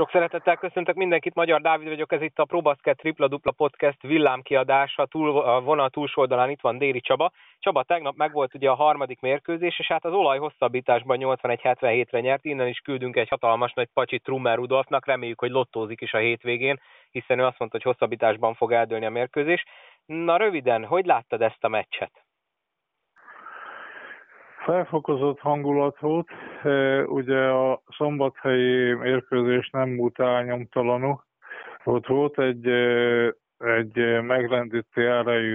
Sok szeretettel köszöntök mindenkit, Magyar Dávid vagyok, ez itt a ProBasket tripla-dupla podcast villámkiadása, a vonal túlsó oldalán itt van Déri Csaba. Csaba, tegnap megvolt ugye a harmadik mérkőzés, és hát az Olaj hosszabbításban 81-77-re nyert, innen is küldünk egy hatalmas nagy pacsit Trummer Rudolfnak, reméljük, hogy lottózik is a hétvégén, hiszen ő azt mondta, hogy hosszabbításban fog eldőlni a mérkőzés. Na röviden, hogy láttad ezt a meccset? Felfokozott hangulat volt, ugye a szombathelyi mérkőzés nem múlt elnyomtalanul. Ott volt egy megrendítő erejű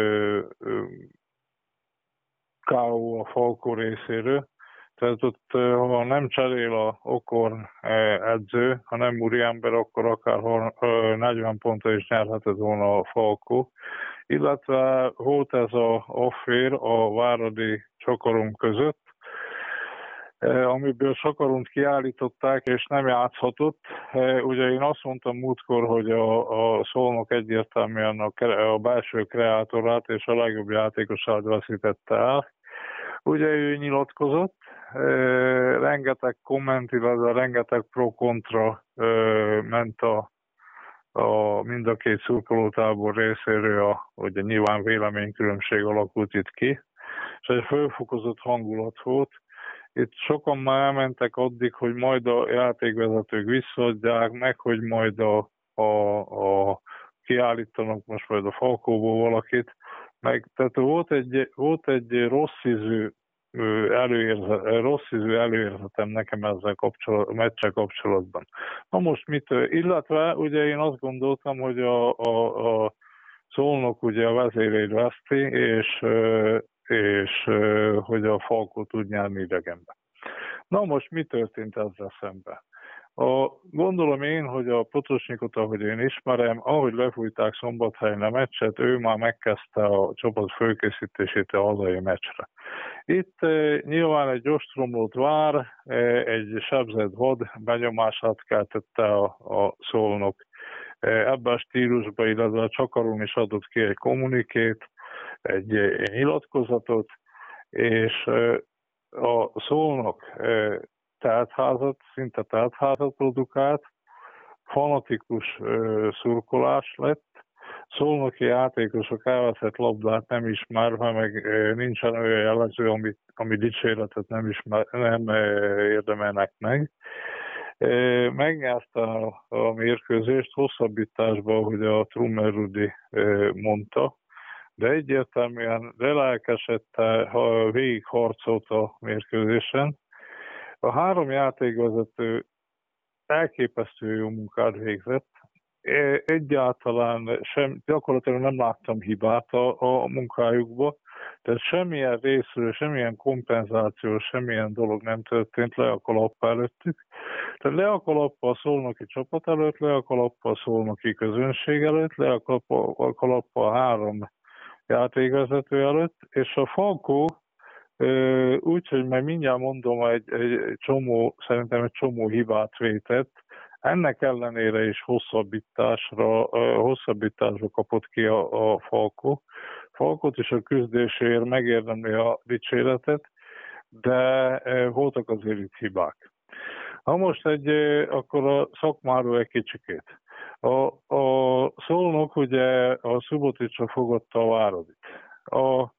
K.O. a Falko részéről. Tehát ott, ha nem cserél a Okorn edző, ha nem úriember, akkor akár 40 pontra is nyerhetett volna a Falko. Illetve volt ez a affair a váradi Sakarum között, amiből Sakarumot kiállították, és nem játszhatott. Ugye én azt mondtam múltkor, hogy a Szolnok egyértelműen a belső kreátorát és a legjobb játékosát veszítette el. Ugye ő nyilatkozott, rengeteg komment, illetve rengeteg pro-kontra ment mind a két szurkolótábor részéről, ugye nyilván véleménykülönbség alakult itt ki, és egy fölfokozott hangulat volt. Itt sokan már elmentek addig, hogy majd a játékvezetők visszaadják meg, hogy majd kiállítanak most majd a Falkóból valakit. Tehát volt egy rossz ízű előérzetem nekem ezzel meccsel kapcsolatban. Na most illetve ugye én azt gondoltam, hogy a Szolnok ugye a vezérét veszti, és hogy a Falko tud nyerni idegenben. Na most mi történt ezzel szemben? Gondolom én, hogy a Potosnyikot, ahogy én ismerem, ahogy lefújták Szombathelyen a meccset, ő már megkezdte a csapat fölkészítését a hazai meccsre. Itt nyilván egy ostromlót vár, egy sebzett vad benyomását keltette a Szolnok ebben a stílusban, illetve a Csakarum is adott ki egy kommunikét, egy nyilatkozatot, és a Szolnok szinte teltházat produkált, fanatikus szurkolás lett, szolnoki játékosok elveszett labdát nem ismerve, meg nincsen olyan jellemző, ami dicséretet nem érdemelnek meg. Megnyerte a mérkőzést hosszabbításban, hogy a Trummer Rudi mondta, de egyértelműen relelkesedte, végig harcolt a mérkőzésen. A három játékvezető elképesztő jó munkát végzett. Egyáltalán gyakorlatilag nem láttam hibát a munkájukba, tehát semmilyen részről, semmilyen kompenzáció, semmilyen dolog nem történt le a kalappa előttük. Tehát le a kalappa a szolnoki csapat előtt, le a kalappa a szolnoki közönség előtt, le a kalappa a három játékvezető előtt, és a Falko úgyhogy majd mindjárt mondom, szerintem egy csomó hibát vétett. Ennek ellenére is hosszabbításra kapott ki a Falko. Falkot is a küzdéséért megérdemli a dicséretet, de voltak azért itt hibák. Ha most akkor a szakmáról egy kicsikét. A Szolnok ugye a Suboticsra fogadta a Váradit. A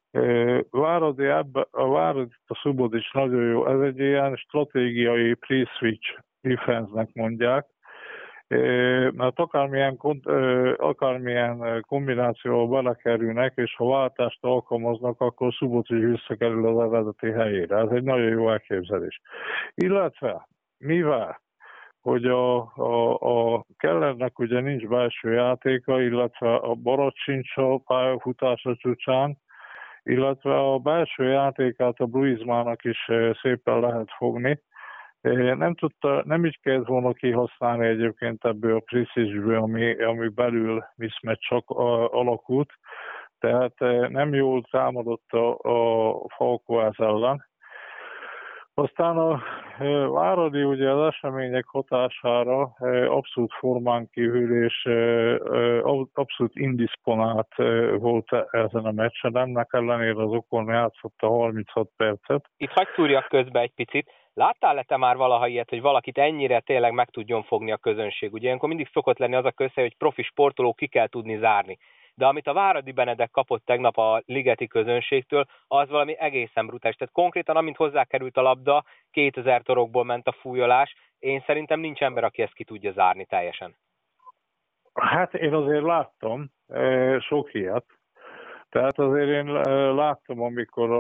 Váradit a Subotics nagyon jó, ez egy ilyen stratégiai pre-switch defense-nek mondják, mert akármilyen kombinációval belekerülnek, és ha váltást alkalmaznak, akkor Subotics visszakerül az eredeti helyére. Ez egy nagyon jó elképzelés. Illetve, mivel hogy a Kellernek ugye nincs belső játéka, illetve a Barat sincs a pályafutása csúcsán, illetve a belső játékát a Bluizmának is szépen lehet fogni. Nem így kellett volna kihasználni egyébként ebből a precision-ből, ami belül mismatch alakult. Tehát nem jól támadott a Falko ez ellen. Aztán a Váradi ugye az események hatására abszolút formán kívül és abszolút indisponált volt ezen a meccsen. Ennek ellenére az Okorn játszotta 36 percet. Itt hadd szúrjak közbe egy picit. Láttál-e te már valaha ilyet, hogy valakit ennyire tényleg meg tudjon fogni a közönség? Ugye ilyenkor mindig szokott lenni az a közhely, hogy profi sportoló ki kell tudni zárni. De amit a Váradi Benedek kapott tegnap a ligeti közönségtől, az valami egészen brutális. Tehát konkrétan, amint hozzákerült a labda, 2000 torokból ment a fújolás. Én szerintem nincs ember, aki ezt ki tudja zárni teljesen. Hát én azért láttam sok ilyet. Tehát azért én láttam, amikor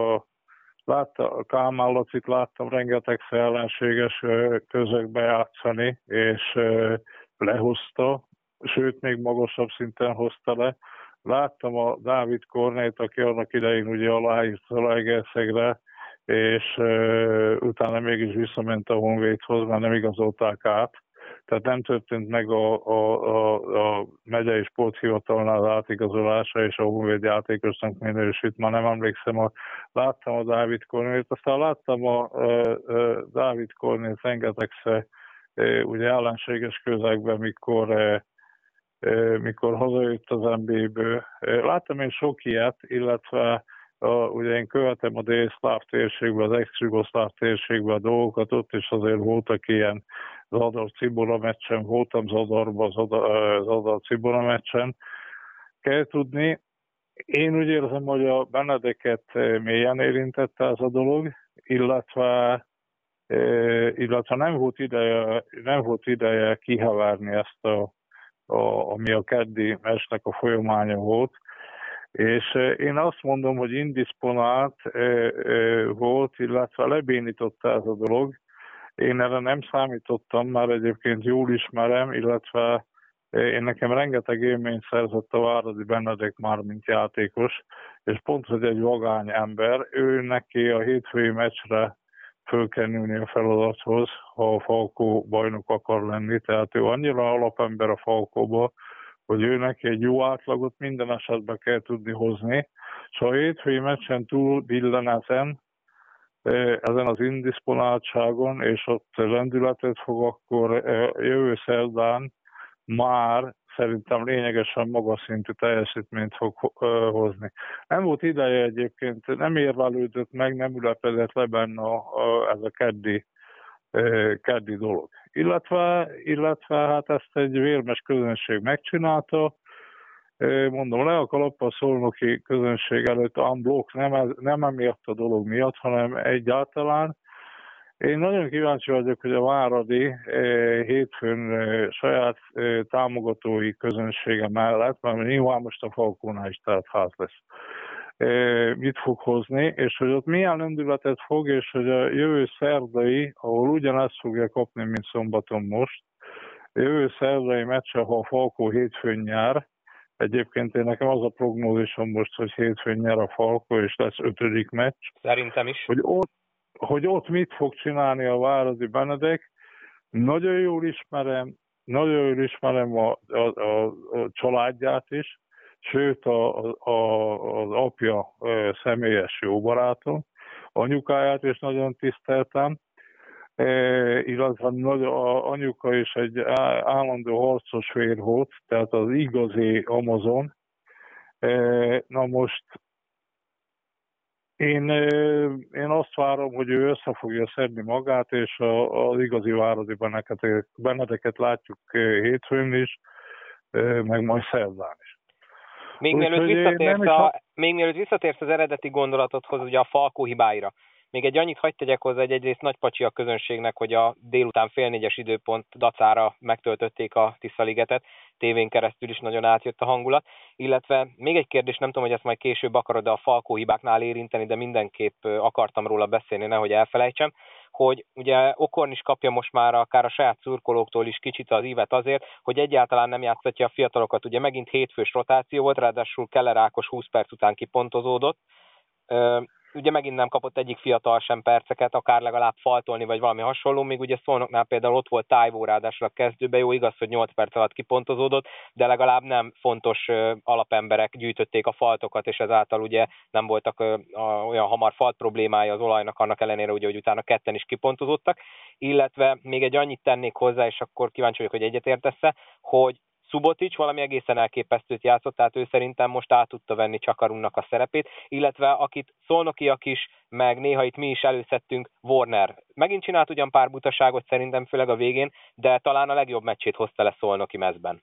a Kálmán Lacit láttam rengeteg ellenséges közökbe játszani, és lehozta, sőt, még magasabb szinten hozta le. Láttam a Dávid Kornét, aki annak idején ugye aláírt Zalaegerszegre, és utána mégis visszament a Honvédhoz, mert nem igazolták át. Tehát nem történt meg a megyei sporthivatalnál az átigazolása, és a Honvéd játékosnak minősít. Már nem emlékszem, láttam a Dávid Kornét, aztán láttam a Dávid Kornét rengetegszer ugye ellenséges közegben, mikor hazajött az NBA-ből. Láttam én sok ilyet, illetve ugye én követem a délszláv térségben, az ex-jugoszláv térségben a dolgokat, ott is azért voltak ilyen Zadar-Cibora meccsen, voltam Zadarban, Zadar-Cibora meccsen. Kell tudni, én úgy érzem, hogy a Benedeket mélyen érintette ez a dolog, illetve nem volt ideje kihavárni ezt ami a keddi meccsnek a folyamánya volt. És én azt mondom, hogy indisponált volt, illetve lebénította ez a dolog. Én erre nem számítottam, már egyébként jól ismerem, illetve nekem rengeteg élményt szerzett a Váradi Benedek már, mint játékos, és pont, hogy egy vagány ember, ő neki a hétfői meccsre föl kell nőni a feladathoz, ha a Falkó bajnok akar lenni, tehát ő annyira alapember a Falkóba, hogy ő neki egy jó átlagot minden esetben kell tudni hozni, és ha a hétfői meccsen túl billen ezen az indisponáltságon, és ott lendületet fog, akkor jövő szerdán már szerintem lényegesen magas szintű teljesítményt fog hozni. Nem volt ideje egyébként, nem érvelődött meg, nem ülepedett le benne ez a keddi dolog. Illetve hát ezt egy vérmes közönség megcsinálta, mondom, le a kalappal szolnoki közönség előtt unblock, nem emiatt a dolog miatt, hanem egyáltalán. Én nagyon kíváncsi vagyok, hogy a Váradi hétfőn saját támogatói közönsége mellett, mert nyilván most a Falkónál is teltház lesz, mit fog hozni, és hogy ott milyen lendületet fog, és hogy a jövő szerdai, ahol ugyanezt fogja kapni, mint szombaton most, a jövő szerdai meccse, ha a Falkó hétfőn nyár, egyébként én nekem az a prognózisom most, hogy hétfőn nyer a Falkó, és lesz 5. meccs. Szerintem is. Hogy ott mit fog csinálni a Váradi Benedek. Nagyon jól ismerem a családját is, sőt az apja személyes jó barátom, anyukáját is nagyon tiszteltem, illetve anyuka is egy állandó harcos vér volt, tehát az igazi Amazon. Na most én azt várom, hogy ő össze fogja szedni magát, és az igazi Váradi Benedeket látjuk hétfőn is, meg majd szerdán is. Még mielőtt visszatérsz az eredeti gondolatodhoz, ugye a Falkó hibáira. Még egy annyit hadd tegyek hozzá, hogy egyrészt nagy pacsi a közönségnek, hogy a délután 3:30 időpont dacára megtöltötték a Tiszaligetet, tévén keresztül is nagyon átjött a hangulat, illetve még egy kérdés, nem tudom, hogy ezt majd később akarod a Falkó hibáknál érinteni, de mindenképp akartam róla beszélni, nehogy elfelejtsem, hogy ugye Okorn is kapja most már akár a saját szurkolóktól is kicsit az ívet azért, hogy egyáltalán nem játszatja a fiatalokat. Ugye megint hétfős rotáció volt, ráadásul Keller Ákos 20 perc után kipontozódott. Ugye megint nem kapott egyik fiatal sem perceket, akár legalább faltolni, vagy valami hasonló, még ugye Szolnoknál például ott volt Tájvó ráadásul a kezdőben, jó igaz, hogy 8 perc alatt kipontozódott, de legalább nem fontos alapemberek gyűjtötték a faltokat, és ezáltal ugye nem voltak olyan hamar falt problémája az Olajnak, annak ellenére, ugye, hogy utána ketten is kipontozódtak, illetve még egy annyit tennék hozzá, és akkor kíváncsi vagyok, hogy egyetértesz-e, hogy Subotics valami egészen elképesztőt játszott, tehát ő szerintem most át tudta venni Csakarunnak a szerepét, illetve akit szolnokiak is, meg néha itt mi is előszedtünk, Warner. Megint csinált ugyan pár butaságot szerintem, főleg a végén, de talán a legjobb meccsét hozta le szolnoki mezben.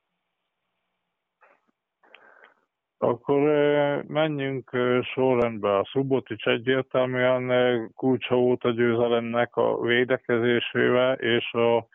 Akkor menjünk sorrendbe. A Subotics egyértelműen kulcsa volt a győzelemnek a védekezésével, és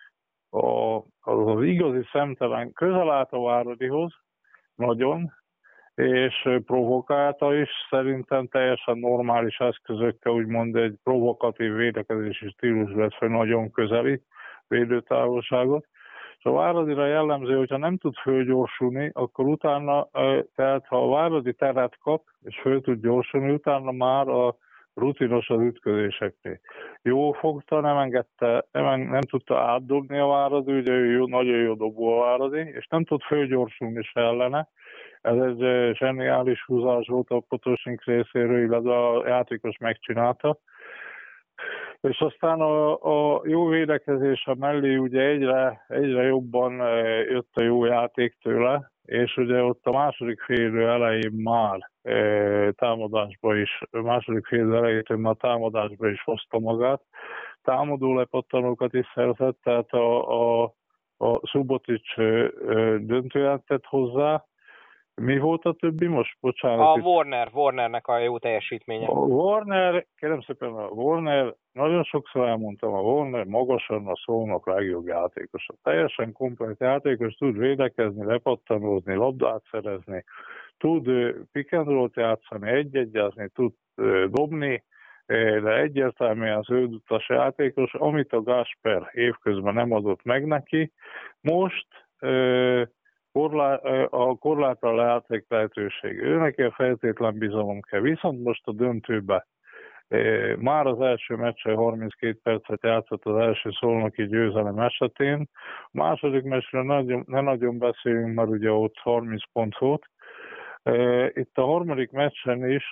az igazi szemtelen közel állt a Váradihoz, nagyon, és provokálta is, szerintem teljesen normális eszközökkel, úgymond egy provokatív védekezési stílus vett fel nagyon közeli védőtávolságot. És a Váradira jellemző, hogyha nem tud fölgyorsulni, akkor utána, tehát ha a Váradi teret kap, és föl tud gyorsulni, utána már a rutinos az ütközéseknél. Jó fogta, nem tudta átdobni a Váradi, ugye ő nagyon jó dobó a Váradi, és nem tud fölgyorsulni se ellene. Ez egy zseniális húzás volt a Potosnik részéről, illetve a játékos megcsinálta. És aztán a jó védekezése mellé ugye egyre jobban jött a jó játék tőle, és ugye ott a második félidő elején már támadásba is hozta magát. Támadó lepattanókat is szerzett, tehát a Subotics döntően tett hozzá. Mi volt a többi most? Bocsánat. Warnernek a jó teljesítménye. A Warner, kérem szépen, a Warner, nagyon sokszor elmondtam, a Warner magasan a Szolnok legjobb játékosa. Teljesen komplet játékos, tud védekezni, lepattanózni, labdát szerezni, tud pick and roll-t játszani, egy-egyezni, tud dobni, de egyértelműen az ődutas játékos, amit a Gásper évközben nem adott meg neki. Most a korlátlan játék lehetőség. Őnek a feltétlen bizalom kell. Viszont most a döntőbe már az első meccsen 32 percet játszott az első szolnoki győzelem esetén. A második meccsről ne nagyon beszéljünk, mert ugye ott 30 pont volt. Itt a harmadik meccsen is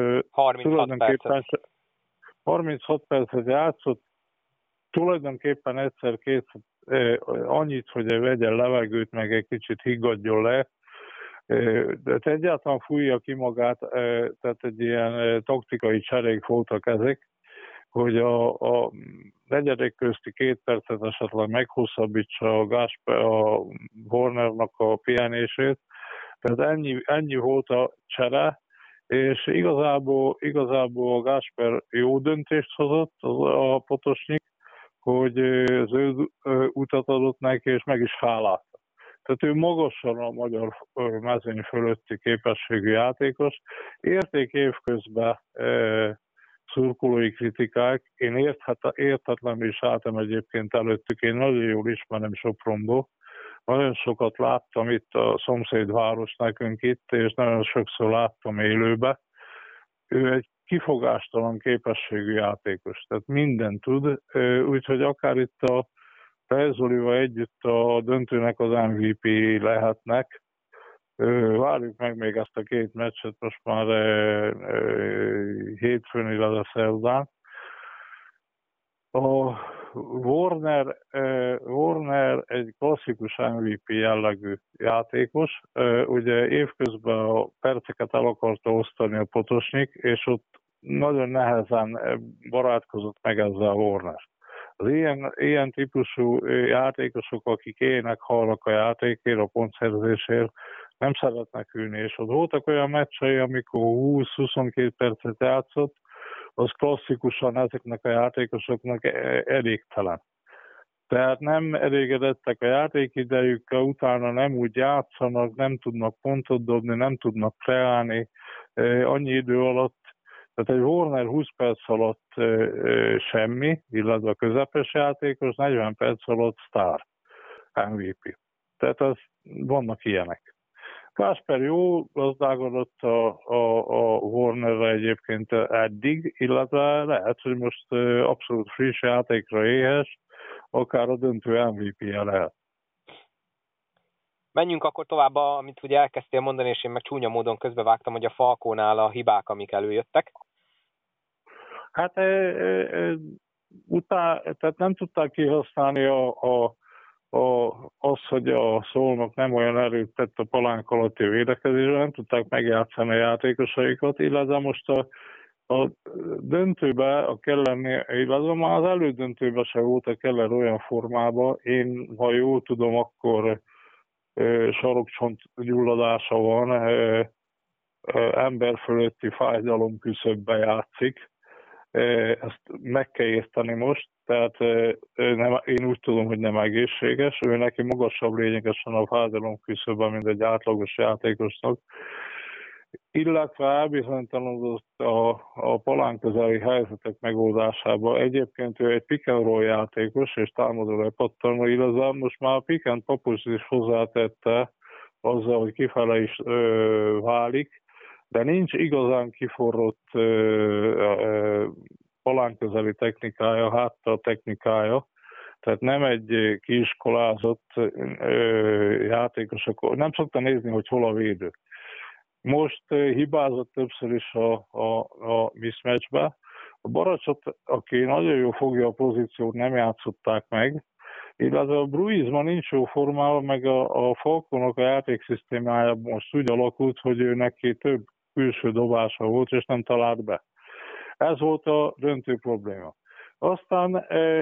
36 percet játszott, tulajdonképpen egyszer-kétszer annyit, hogy vegyen levegőt, meg egy kicsit higgadjon le, de egyáltalán fújja ki magát, tehát egy ilyen taktikai cserék voltak ezek, hogy a negyedek közti 2 percet esetleg meghosszabbítsa a Warnernak a pihenését, tehát ennyi volt a csere, és igazából a Gásper jó döntést hozott, a Potosnik, hogy az ő utat adott neki, és meg is hálátta. Tehát ő magasan a magyar mezőny fölötti képességű játékos. Érték évközben szurkolói kritikák. Én értetlenül is álltam egyébként előttük. Én nagyon jól ismerem Sopronból. Nagyon sokat láttam itt a szomszédváros nekünk itt, és nagyon sokszor láttam élőbe. Ő egy kifogástalan képességű játékos, tehát mindent tud, úgyhogy akár itt a Fejzolival együtt a döntőnek az MVP lehetnek. Várjuk meg még ezt a 2 meccset most már hétfőn, illetve szerdán. A Warner egy klasszikus MVP jellegű játékos. Ugye évközben a perceket el akarta osztani a Potosnik, és ott nagyon nehezen barátkozott meg ezzel a Warner. Az ilyen típusú játékosok, akik éjnek halnak a játékért, a pontszerzésért, nem szeretnek ülni, és ott voltak olyan meccsei, amikor 20-22 percet játszott, az klasszikusan ezeknek a játékosoknak elégtelen. Tehát nem elégedettek a játékidejükkel, utána nem úgy játszanak, nem tudnak pontot dobni, nem tudnak kreálni annyi idő alatt. Tehát egy Warner 20 perc alatt semmi, illetve a közepes játékos 40 perc alatt sztár MVP. Tehát vannak ilyenek. Kásper jó gazdálkodott a Warnerre egyébként eddig, illetve lehet, hogy most abszolút friss játékra éhes, akár a döntő MVP-je lehet. Menjünk akkor tovább, amit ugye elkezdtél mondani, és én meg csúnya módon közbevágtam, hogy a Falkónál a hibák, amik előjöttek. Hát tehát nem tudták kihasználni az, hogy a Szolnok nem olyan erőt tett a palánk alatti védekezésben, nem tudták megjátszani a játékosaikat, illetve most a döntőbe a Kellernél, illetve már az elődöntőben se volt a Keller olyan formában. Én, ha jól tudom, akkor sarokcsont gyulladása van, ember fölötti fájdalom küszöbbe játszik. Ezt meg kell érteni most, tehát én úgy tudom, hogy nem egészséges, ő neki magasabb lényegesen a fájdalom küszöbben, mint egy átlagos játékosnak, illetve elbizonytalanodott a palánk közeli helyzetek megoldásába. Egyébként ő egy pick and roll játékos és támadó lepattanó, illetve most már a pick and Papos is hozzátette azzal, hogy kifele is válik, de nincs igazán kiforrott palánközeli technikája, háttal technikája, tehát nem egy kiiskolázott játékos, akkor nem szokta nézni, hogy hol a védő. Most hibázott többször is a mismatchbe. A Baracsot, aki nagyon jó fogja a pozíciót, nem játszották meg, illetve a Bruizma nincs jó formában, meg a Falconok a játékszisztémájában most úgy alakult, hogy ő neki több külső dobása volt, és nem talált be. Ez volt a döntő probléma. Aztán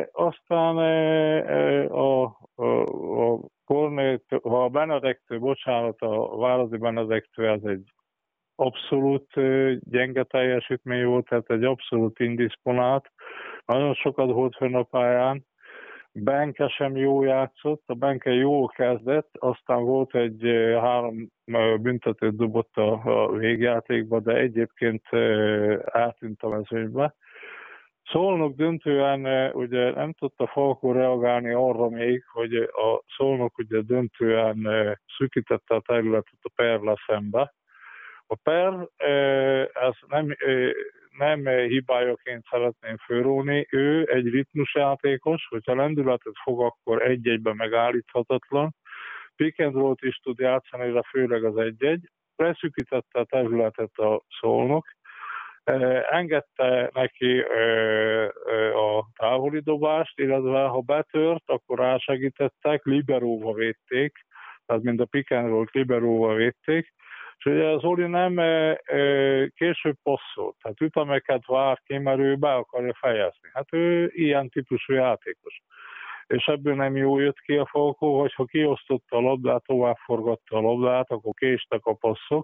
a Kornét, a Benedictő, bocsánat, a Váradi Benedictő, ez egy abszolút gyenge teljesítmény volt, tehát egy abszolút indisponált. Nagyon sokat volt fönn a pályán. Benke sem jó játszott, a Benke jól kezdett, aztán volt egy 3 büntetőt dobott a végjátékba, de egyébként eltűnt a mezőnybe. Szolnok döntően ugye nem tudta Falko reagálni arra még, hogy a Szolnok ugye döntően szűkítette a területet a Perrel szembe. A Per, ez nem hibájaként szeretném fölróni, ő egy ritmusjátékos, hogyha lendületet fog, akkor egy-egyben megállíthatatlan. Pick and roll-t is tud játszani, de főleg az egy-egy. Leszűkítette a területet a Szolnok, engedte neki a távoli dobást, illetve ha betört, akkor rásegítettek, liberóva védték, tehát mind a pick and roll-t liberóva védték, és ugye az Oli nem később passzolt, tehát ütemeket vár ki, mert ő be akarja fejezni. Hát ő ilyen típusú játékos. És ebből nem jó jött ki a Falkó, hogy ha kiosztotta a labdát, továbbforgatta a labdát, akkor késtek a passzok.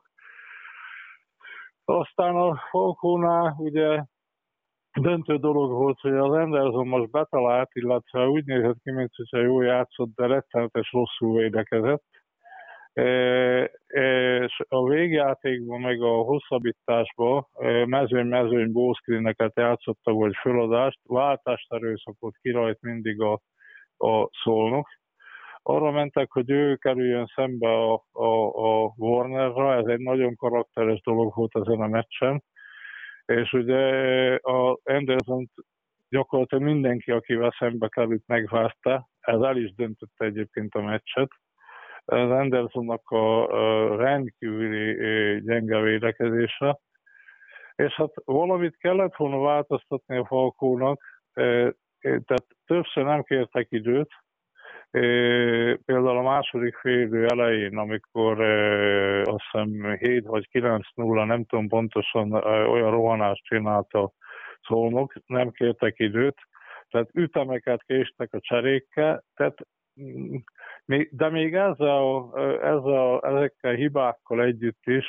Aztán a Falkónál ugye döntő dolog volt, hogy az Anderson most betalált, illetve úgy nézett ki, mintha jól játszott, de rettenetes rosszul védekezett. És a végjátékban, meg a hosszabbításban mezőny ballscreeneket játszottak, vagy föladást, váltást erőszakot ki rajt mindig a Szolnok. Arra mentek, hogy ő kerüljön szembe a Warnerra, ez egy nagyon karakteres dolog volt ezen a meccsen, és ugye a Andersont gyakorlatilag mindenki, akivel szembe került, megvárta, ez el is döntötte egyébként a meccset. Az Andersonnak a rendkívüli gyenge védekezése, és hát valamit kellett volna változtatni a Falkónak, tehát többször nem kértek időt, például a második félidő elején, amikor azt hiszem 7 vagy 9-0, nem tudom pontosan, olyan rohanást csinált a Szolnok, nem kértek időt, tehát ütemeket késtek a cserékkel, tehát, de még ezekkel hibákkal együtt is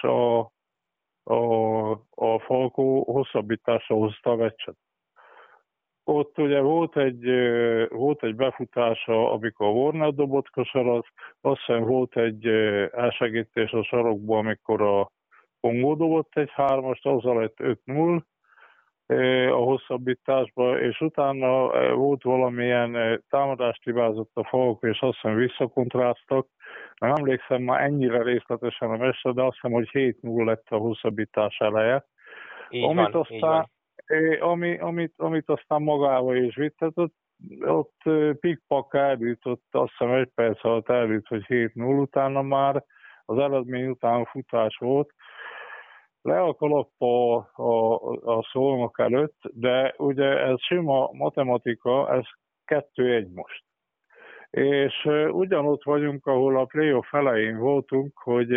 a Falkó hosszabbításra hozta a meccset. Ott ugye volt egy befutása, amikor a Warner dobott kosarat, azt hiszem volt egy elsegítés a sarokból, amikor a Kongó dobott egy 3-ast, azzal lett 5-0 a hosszabbításban, és utána volt valamilyen támadást hibázott a Falko, és azt hiszem visszakontráztak. Nem emlékszem már ennyire részletesen a meccsre, de azt hiszem, hogy 7-0 lett a hosszabbítás eleje. Amit aztán magával is vitt, ott pikpak elüt, azt hiszem 1 perc alatt elüt, hogy 7-0, utána már az eredmény után futás volt. Le a kalappa a Szolnok előtt, de ugye ez sima matematika, ez 2-1 most. És ugyanott vagyunk, ahol a playoff elején voltunk, hogy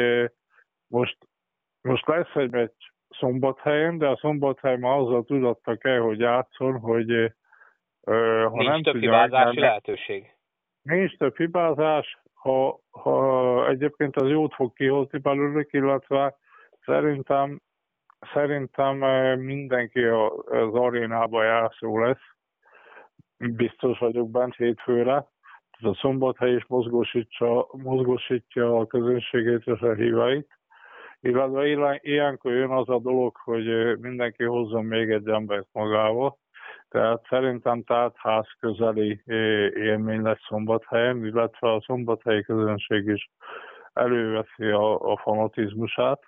most lesz egy meccs Szombathelyen, de a Szombathely már azzal tudattak el, hogy játszon, hogy ha Nincs nem több tudja hibázási megnyerni, lehetőség. nincs több hibázás, ha egyébként az jót fog kihozni belőlük, illetve szerintem mindenki az arénába játszó lesz. Biztos vagyok bent hétfőre. Tehát a Szombathely is mozgósítja a közönségét és a híveit. Illetve ilyenkor jön az a dolog, hogy mindenki hozzon még egy embert magával. Tehát szerintem ház közeli élmény lesz Szombathelyen, illetve a szombathelyi közönség is előveszi a fanatizmusát.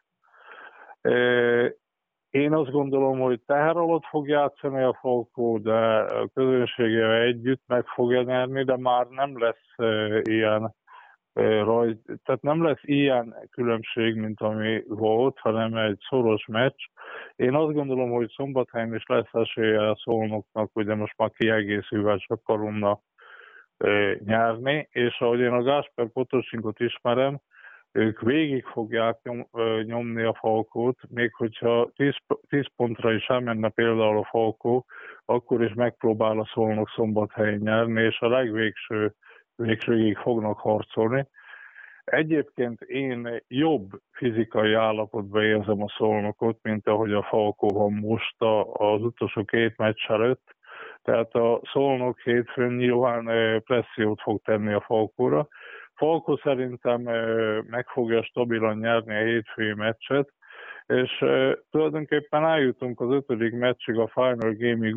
Én azt gondolom, hogy teher alatt fog játszani a Falkó, de a közönségével együtt meg fogja nyerni, de már nem lesz ilyen tehát nem lesz ilyen különbség, mint ami volt, hanem egy szoros meccs. Én azt gondolom, hogy Szombathelyen is lesz esélye a Szolnoknak, ugye most már kiegészülve csak Karumna nyerni, és ahogy én a Gásper Potosinkot ismerem, ők végig fogják nyomni a Falkót, még hogyha 10 pontra is elmenne például a Falkó, akkor is megpróbál a Szolnok Szombathelyen nyerni, és a legvégsőig fognak harcolni. Egyébként én jobb fizikai állapotban érzem a Szolnokot, mint ahogy a Falkó van most az utolsó 2 meccs előtt. Tehát a Szolnok hétfőn nyilván pressziót fog tenni a Falkóra. Falkó szerintem meg fogja stabilan nyerni a hétfői meccset, és tulajdonképpen eljutunk az 5. meccsig, a Final Game-ig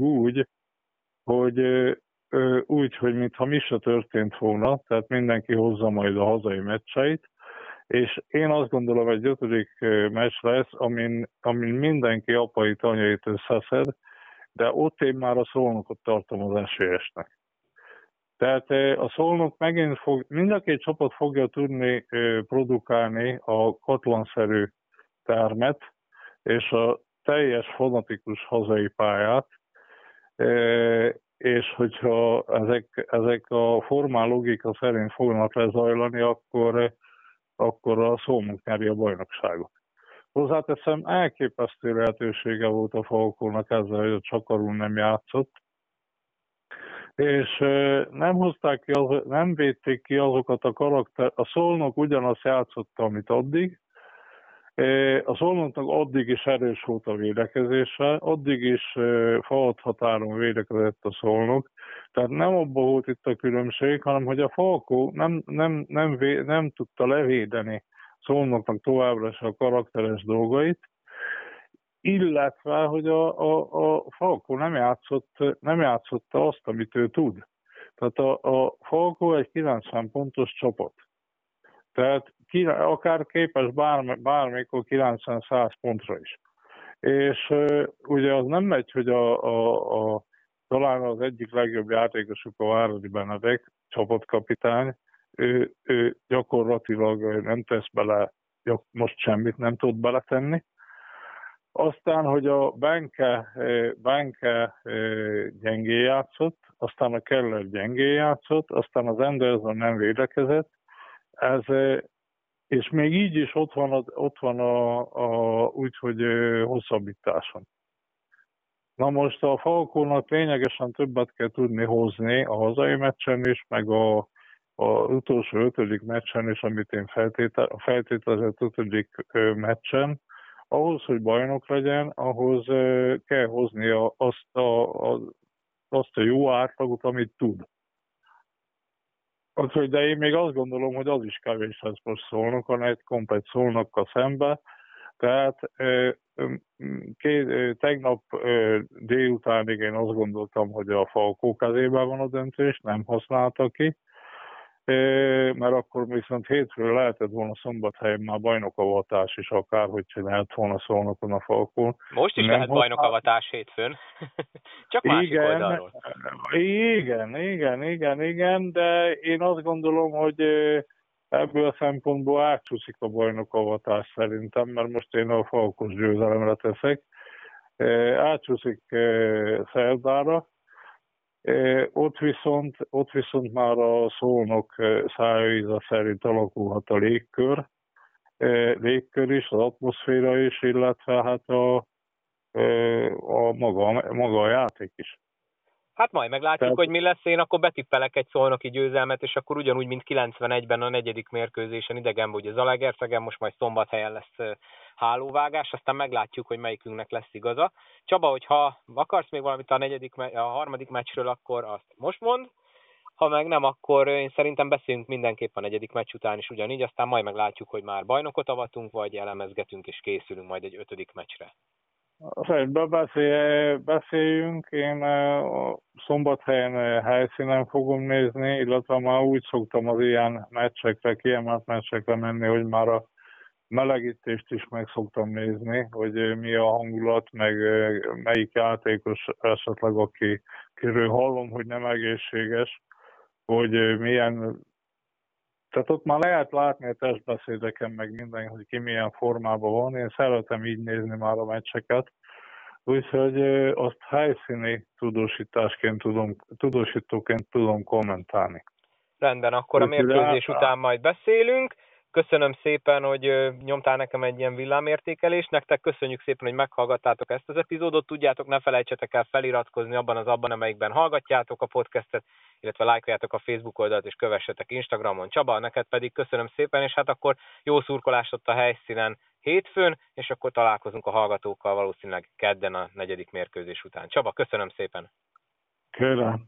hogy mintha mi se történt volna, tehát mindenki hozza majd a hazai meccseit, és én azt gondolom, egy 5. meccs lesz, amin mindenki apait, anyait összeszed, de ott én már a Szolnokot tartom az esélyesnek. Tehát a Szolnok mind a 2 csapat fogja tudni produkálni a katlanszerű termet, és a teljes fanatikus hazai pályát, és hogyha ezek a formál logika szerint fognak lezajlani, akkor a Szolnok nyeri a bajnokságot. Hozzáteszem, elképesztő lehetősége volt a Falkónak ezzel, hogy a Csakarún nem játszott, és nem védték ki azokat a Szolnok ugyanazt játszotta, amit addig. A Szolnoknak addig is erős volt a védekezése, addig is falathatáron védekezett a Szolnok, tehát nem abban volt itt a különbség, hanem hogy a Falkó nem tudta levédeni Szolnoknak továbbra is a karakteres dolgait, illetve, hogy a Falkó nem játszotta azt, amit ő tud. Tehát a Falkó egy 90 pontos csapat. Tehát akár képes bármikor 90-100 pontra is. És ugye az nem megy, hogy talán az egyik legjobb játékosuk a Váradi Benedek, csapatkapitány, ő gyakorlatilag nem tesz bele, most semmit nem tud beletenni. Aztán, hogy a Benke gyengé játszott, aztán a Keller gyengé játszott, aztán az Anderson nem védekezett, és még így is ott van úgyhogy hosszabbításon. Na most a Falkónak lényegesen többet kell tudni hozni a hazai meccsen is, meg a utolsó 5. meccsen is, amit én feltételezett 5. meccsen. Ahhoz, hogy bajnok legyen, ahhoz kell hozni azt a jó átlagot, amit tud. De én még azt gondolom, hogy az is kevés lesz most Szolnokon, egy komplet Szolnokkal szembe. Tehát tegnap délutánig én azt gondoltam, hogy a Falkó kezében van a döntés, nem használta ki, mert akkor viszont hétfőn lehetett volna Szombathelyen már bajnokavatás is, akár, hogyha lehet volna Szolnokon a Falkón. Most is lehet bajnokavatás hétfőn. Csak másik oldalról. Igen, de én azt gondolom, hogy ebből a szempontból átcsúszik a bajnokavatás szerintem, mert most én a Falkos győzelemre teszek. Átcsúszik szerdára, Ott viszont már a Szolnok szájvíze szerint alakulhat a légkör is, az atmoszféra is, illetve hát a maga a játék is. Hát majd meglátjuk, Tehát... hogy mi lesz. Én akkor betippelek egy szolnoki győzelmet, és akkor ugyanúgy, mint 91-ben a 4. mérkőzésen idegenben, ugye Zalaegerszegen, most majd Szombathelyen lesz hálóvágás, aztán meglátjuk, hogy melyikünknek lesz igaza. Csaba, hogyha akarsz még valamit a harmadik meccsről, akkor azt most mondd. Ha meg nem, akkor én szerintem beszélünk mindenképp a 4. meccs után is ugyanígy, aztán majd meglátjuk, hogy már bajnokot avatunk, vagy elemezgetünk és készülünk majd egy 5. meccsre. Rendben, beszéljünk. Én a Szombathelyen helyszínen fogom nézni, illetve már úgy szoktam az ilyen meccsekre, kiemelt meccsekre menni, hogy már a melegítést is meg szoktam nézni, hogy mi a hangulat, meg melyik játékos esetleg, akiről hallom, hogy nem egészséges, hogy milyen... Tehát ott már lehet látni a testbeszédeken, meg minden, hogy ki milyen formában van. Én szeretem így nézni már a meccseket. Úgyhogy azt helyszíni tudósítóként tudom kommentálni. Rendben, akkor a mérkőzés után majd beszélünk. Köszönöm szépen, hogy nyomtál nekem egy ilyen villámértékelést. Nektek köszönjük szépen, hogy meghallgattátok ezt az epizódot. Tudjátok, ne felejtsetek el feliratkozni abban, amelyikben hallgatjátok a podcastet, illetve lájkoljátok a Facebook oldalt, és kövessetek Instagramon. Csaba, neked pedig köszönöm szépen, és hát akkor jó szurkolást ott a helyszínen hétfőn, és akkor találkozunk a hallgatókkal valószínűleg kedden a 4. mérkőzés után. Csaba, köszönöm szépen! Kérem!